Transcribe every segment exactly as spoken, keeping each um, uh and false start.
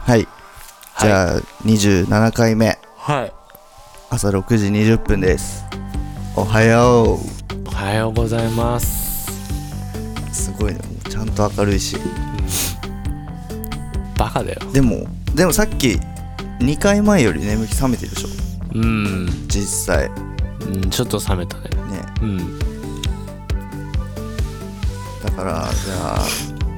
はい、じゃあにじゅうななかいめ、 はい、 朝ろくじにじゅっぷんです。おはようおはようございます。 すごいね、もうちゃんと明るいし、うん、 バカだよ。 でもでもさっきにかいまえより眠気覚めてるでしょ。 うん、 実際、 うん、ちょっと冷めたね。ね、うん、 だからじゃあ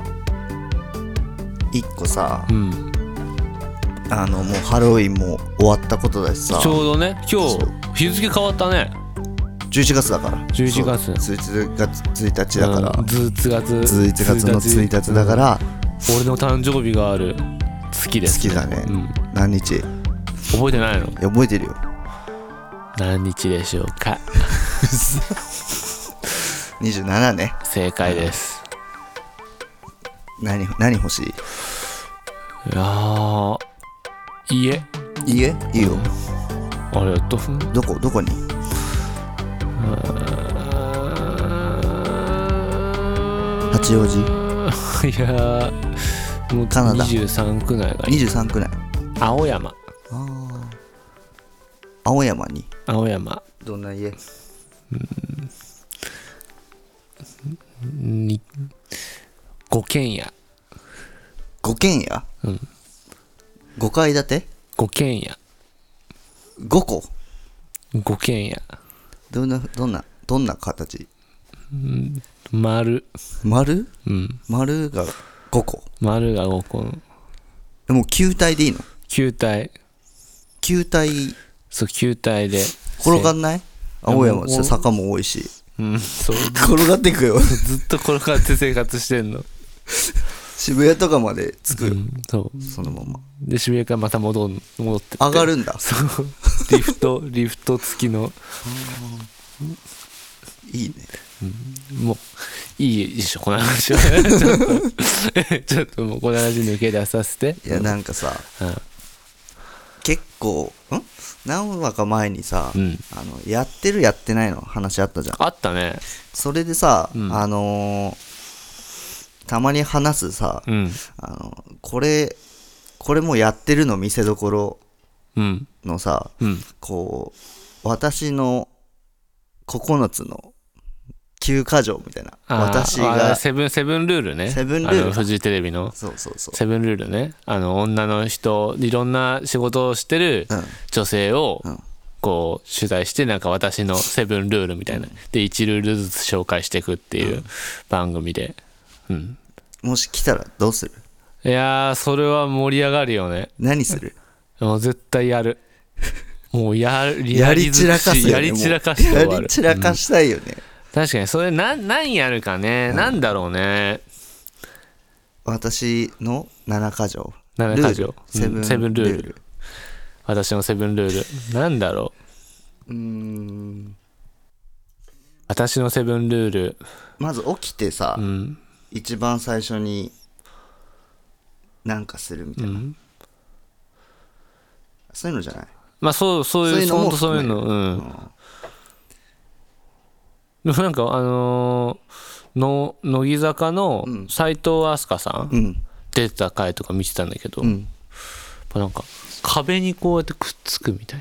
いっこさ、うん、あのもうハロウィンも終わったことだしさ、 ちょうどね、今日日付変わったね。 じゅういちがつだから。 じゅういちがつついたちついたちだから、 うん、ずつがつついたちのついたちだから、 うん、俺の誕生日がある月です、 ね、好きだね、うん、何日覚えてないの？ いや覚えてるよ。 何日でしょうか？ にじゅうななね。 正解です。 何何欲しい？いやー、家家いいよ。 あれどどこどこに？八王子？ いやもうカナダにじゅうさんく内がいい。 にじゅうさんく内。 青山。 あ青山に。 青山。 どんな家？ にご軒家。 ご軒家？うん。ごかい建て？ ご軒家。 ごこ？ ご軒家。 どんなどんなどんな形？ うん、丸。 丸？ うん。 丸がごこ。 丸がごこ。 もう球体でいいの？ 球体。 球体。 そう、球体で。 転がんない？青山って坂も多いし。 うん、そう。 転がっていくよ。 ずっと転がって生活してんの。 渋谷とかまで着くよ、うん、 そうそのままで渋谷からまた戻る戻ってって上がるんだ。 そうリフトリフト付きのいいね、 うん、もういいでしょこの話は。ちょっとちょっともうこの話抜け出させて。 いやなんかさ、うん、結構ん何話か前にさ、うん、あのやってるやってないの話あったじゃん。 あったね。 それでさ、うん、あのーたまに話すさ、うん、あのこれこれもやってるの見せどころのさ、うん、こう私のここのつのきゅうか条みたいな、私がセブンセブンルールね。 セブンルール、あのフジテレビのそうそうそうセブンルールね。あの女の人いろんな仕事をしてる女性を、うんうん、こう取材してなんか私のセブンルールみたいな、うん、でいちルールずつ紹介していくっていう番組で。うん、 もし来たらどうする？ いやーそれは盛り上がるよね。 何する？ もう絶対やる。もうやりやり散らかすよね。 やり散らかして終わる。 やり散らかしたいよね、うん、 確かにそれな何やるかね、うん、なんだろうね。 私のななか条ななか条セブン、うん、 セブンルール。私のセブンルールなんだろう。うーん私のセブンルール、 まず起きてさ、うん、一番最初になんかするみたいな、うん、そういうのじゃない？ まあそうそういうそういうのそういうの、うん、うん、なんかあのー、の乃木坂の齋藤飛鳥さん、うん、出てた回とか見てたんだけど、うん、なんか壁にこうやってくっつくみたいな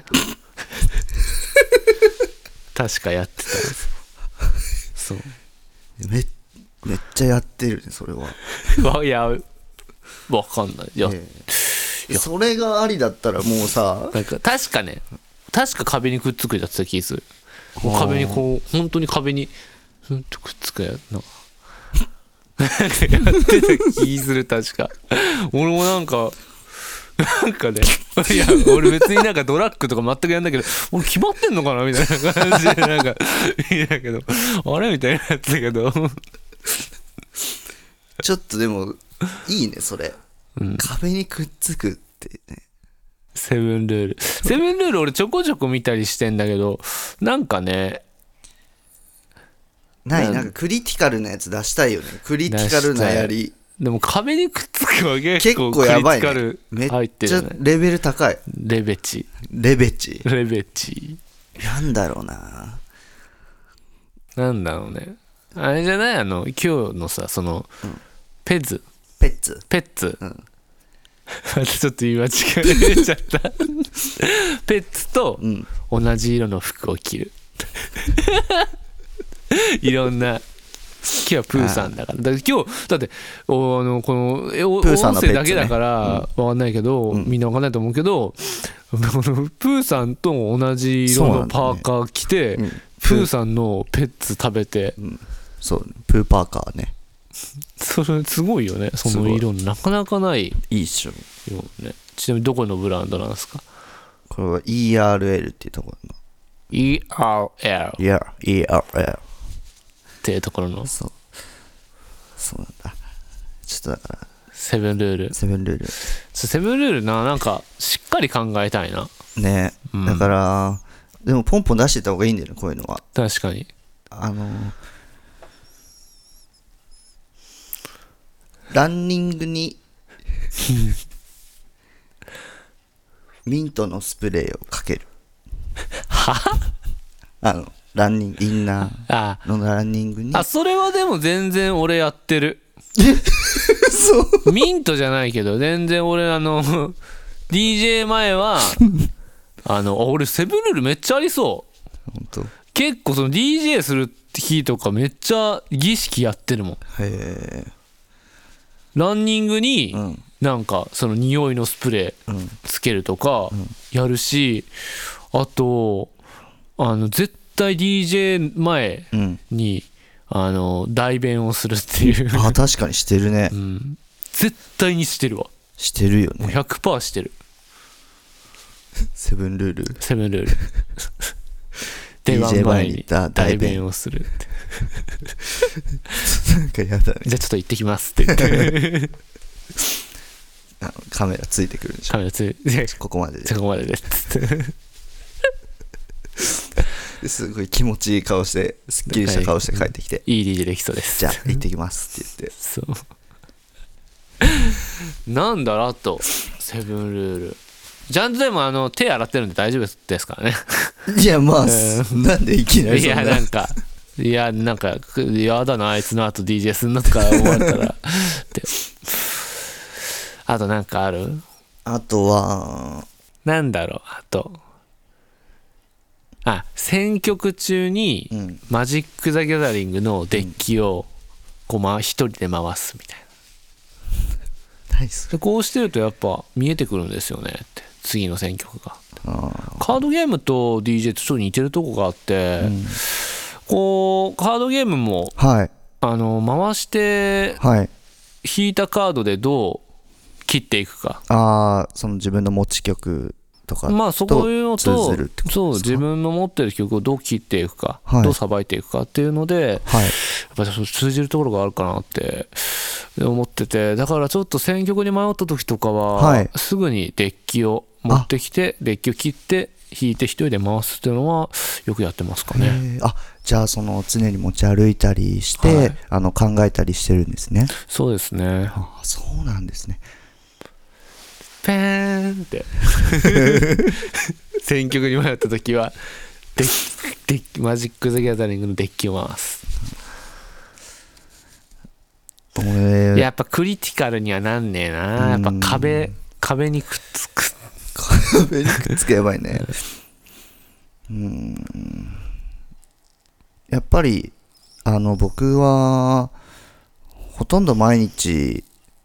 確かやってたんですよ。そうめめっちゃやってるねそれは。 いやわかんない。いや、えー、いやそれがありだったらもうさ、 なんか確かね確か壁にくっつくやつだ気する。壁にこう本当に壁にふんとくっつくやつなやってた気する。確か俺もなんかなんかねいや俺別になんかドラッグとか全くやんだけど俺決まってんのかなみたいな感じでなんかいいだけどあれみたいなやつだけどちょっとでもいいねそれ、うん、壁にくっつくってね。 セブンルールセブンルール俺ちょこちょこ見たりしてんだけどなんかねないなんかクリティカルなやつ出したいよね。クリティカルなやりでも壁にくっつくは結構クリティカル入ってるよね。 めっちゃレベル高い。 レベチレベチレベチなんだろうななんだろうね。あれじゃないあの今日のさその、うん、ペズペッツペッツ、 うん、 ちょっと言い間違えちゃったペッツと同じ色の服を着るいろんな今日はプーさんだからだから今日だっておあのこのえお音声だけだから分かんないけど、うん、みんな分かんないと思うけどプーさんと同じ色のパーカー着て、ねうん、プーさんのペッツ食べて、 うん、そうプーパーカーねそれすごいよねその色なかなかないいいっしょよ、ね、ちなみにどこのブランドなんですか？ これは イーアールエル っていうところのイーアールエルいや イーアールエルっていうところのそうそうなんだちょっとだからセブンルールセブンルールセブンルールななんかしっかり考えたいなね、うん、だからでもポンポン出してた方がいいんだよねこういうのは確かにあのランニングにミントのスプレーをかけるはあのランニングインナーのランニングにあ, あそれはでも全然俺やってるそうミントじゃないけど全然俺あの ディージェー 前はあの俺セブンルールめっちゃありそう本当結構その ディージェー する日とかめっちゃ儀式やってるもん。 へえランニングになんかその匂いのスプレーつけるとかやるし、あとあの絶対 ディージェー 前にあの代弁をするっていうあ確かにしてるね、 うん、絶対にしてるわしてるよねもう ひゃくパーセント してるセブンルールセブンルール出番前に代弁をするってなんかやだね。 じゃあちょっと行ってきますって言ってあのカメラついてくるんでしょ。 カメラついてここまででここまでですすごい気持ちいい顔してすっきりした顔して帰ってきて、 いい ディージェー できそうです。 じゃあ行ってきますって言ってそうなんだろうあとセブンルールちゃんとでもあの手洗ってるんで大丈夫ですからねいやまあ、えー、なんでいきなりそんな。 いやなんかいやなんかやだなあいつの後 ディージェー すんのとか思われたらってあとなんかある？ あとはなんだろうあとあ選曲中にマジック・ザ・ギャザリングのデッキをこうま一人で回すみたいな、 ナイス。 でこうしてるとやっぱ見えてくるんですよねって次の選曲が。カードゲームと ディージェー とちょっと似てるとこがあって、うん、こうカードゲームも、 はい、 あの回して引いたカードでどう切っていくか、 ああその自分の持ち曲とかまあそういうのとそう自分の持ってる曲をどう切っていくか、はい、どうさばいていくかっていうので、はい、やっぱり通じるところがあるかなって思ってて、だからちょっと選曲に迷った時とかは、はい、すぐにデッキを持ってきてデッキを切って弾いて一人で回すっていうのはよくやってますかね。 あじゃあその常に持ち歩いたりして、はい、あの考えたりしてるんですね。 そうですね。 あそうなんですね。 ペーンって選曲に迷った時はデッデッマジック・ザ・ギャザリングのデッキを回す。やっぱクリティカルにはなんねえな。やっぱ壁壁にくっつく壁にくっつけばいいね。うーんやっぱりあの僕はほとんど毎日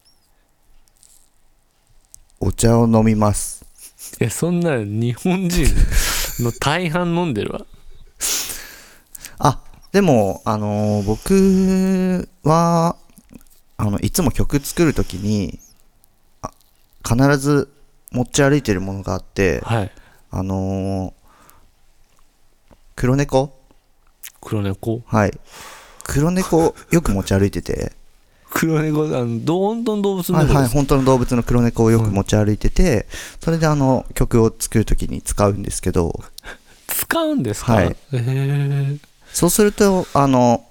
お茶を飲みます。 いやそんな日本人の大半飲んでるわあでもあの僕はあのいつも曲作るときにあ必ず持ち歩いてるものがあって、 はい、 あの黒猫黒猫はい黒猫よく持ち歩いてて黒猫あの本当の動物の、 はいはい、本当の動物の黒猫をよく持ち歩いてて、うん、それであの曲を作るときに使うんですけど使うんですか、 はい、 へえ。 そうするとあの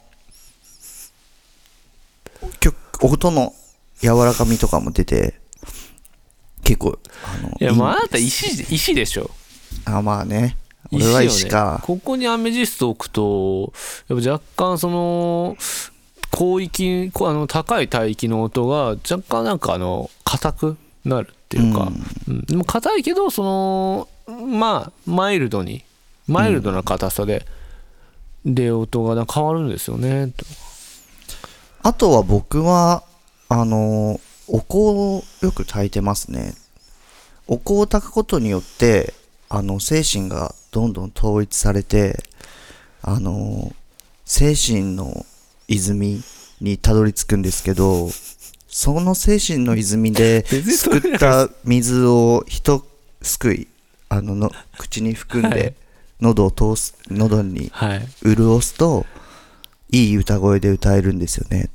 曲音の柔らかみとかも出て結構あのいやもうあなた石石でしょ。 あまあね俺は石か、 ね、ここにアメジスト置くとやっぱ若干その広域あの高い帯域の音が若干なんかあの硬くなるっっていうか、うんうん、でも硬いけどそのまあマイルドにマイルドな硬さで出音が変わるんですよね、うん、 あとは僕はあのお香をよく焚いてますね。お香を焚くことによってあの精神がどんどん統一されて、あの精神の泉にたどり着くんですけど、その精神の泉ですくった水を一すくいあのの口に含んで、はい、喉を通す喉に潤すと、はい、いい歌声で歌えるんですよね。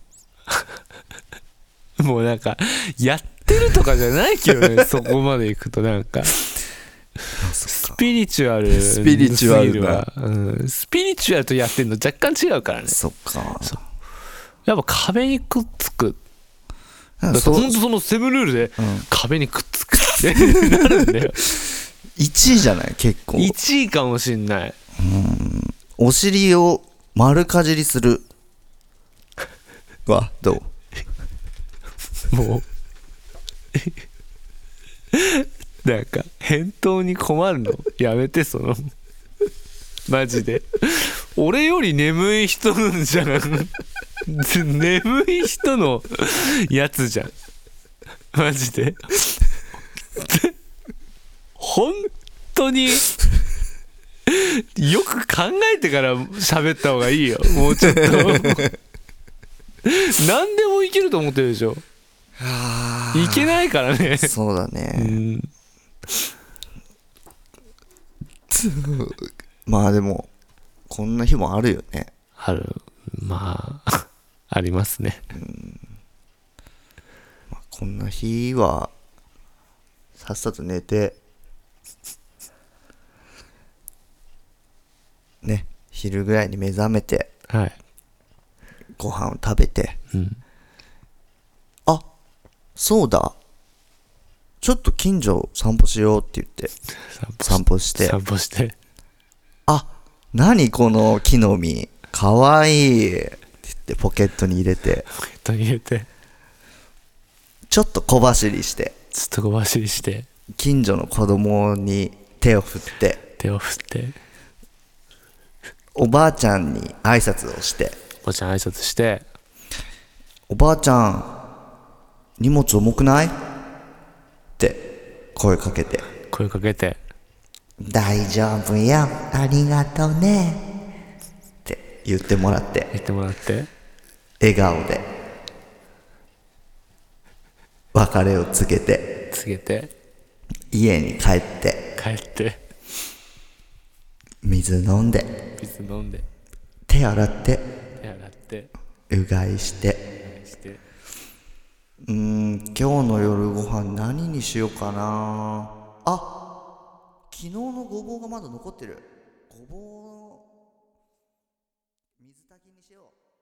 もうなんかやってるとかじゃないけどねそこまでいくとなんかスピリチュアルスピリチュアルな、 うん、スピリチュアルとやってるの若干違うからね。 そっか。 そうやっぱ壁にくっつく。だってほんとそのセブンルールで壁にくっつくってなるんだよ。 いちいじゃない結構。 いちいかもしんない。 うん。お尻を丸かじりするはどう？もうなんか返答に困るのやめて、そのマジで俺より眠い人じゃん眠い人のやつじゃんマジで本当によく考えてから喋った方がいいよ、もうちょっと何でもいけると思ってるでしょ。いけないからね。 そうだね、うん、まあでもこんな日もあるよね。 ある、まあありますね、うんまあ、こんな日はさっさと寝てね、昼ぐらいに目覚めて、 はい、 ご飯を食べて、うん、あ、そうだ、ちょっと近所散歩しようって言って散歩して散歩してあ、何この木の実かわいいって言ってポケットに入れてポケットに入れてちょっと小走りしてちょっと小走りして近所の子供に手を振って手を振っておばあちゃんに挨拶をしておばあちゃん挨拶しておばあちゃん荷物重くないって声かけて声かけて大丈夫よありがとうねって言ってもらって言ってもらって笑顔で別れを告げて告げて家に帰って帰って水飲んで水飲んで手洗って手洗ってうがいしてうーん今日の夜ご飯何にしようかなあ昨日のごぼうがまだ残ってるごぼう水炊きにしよう。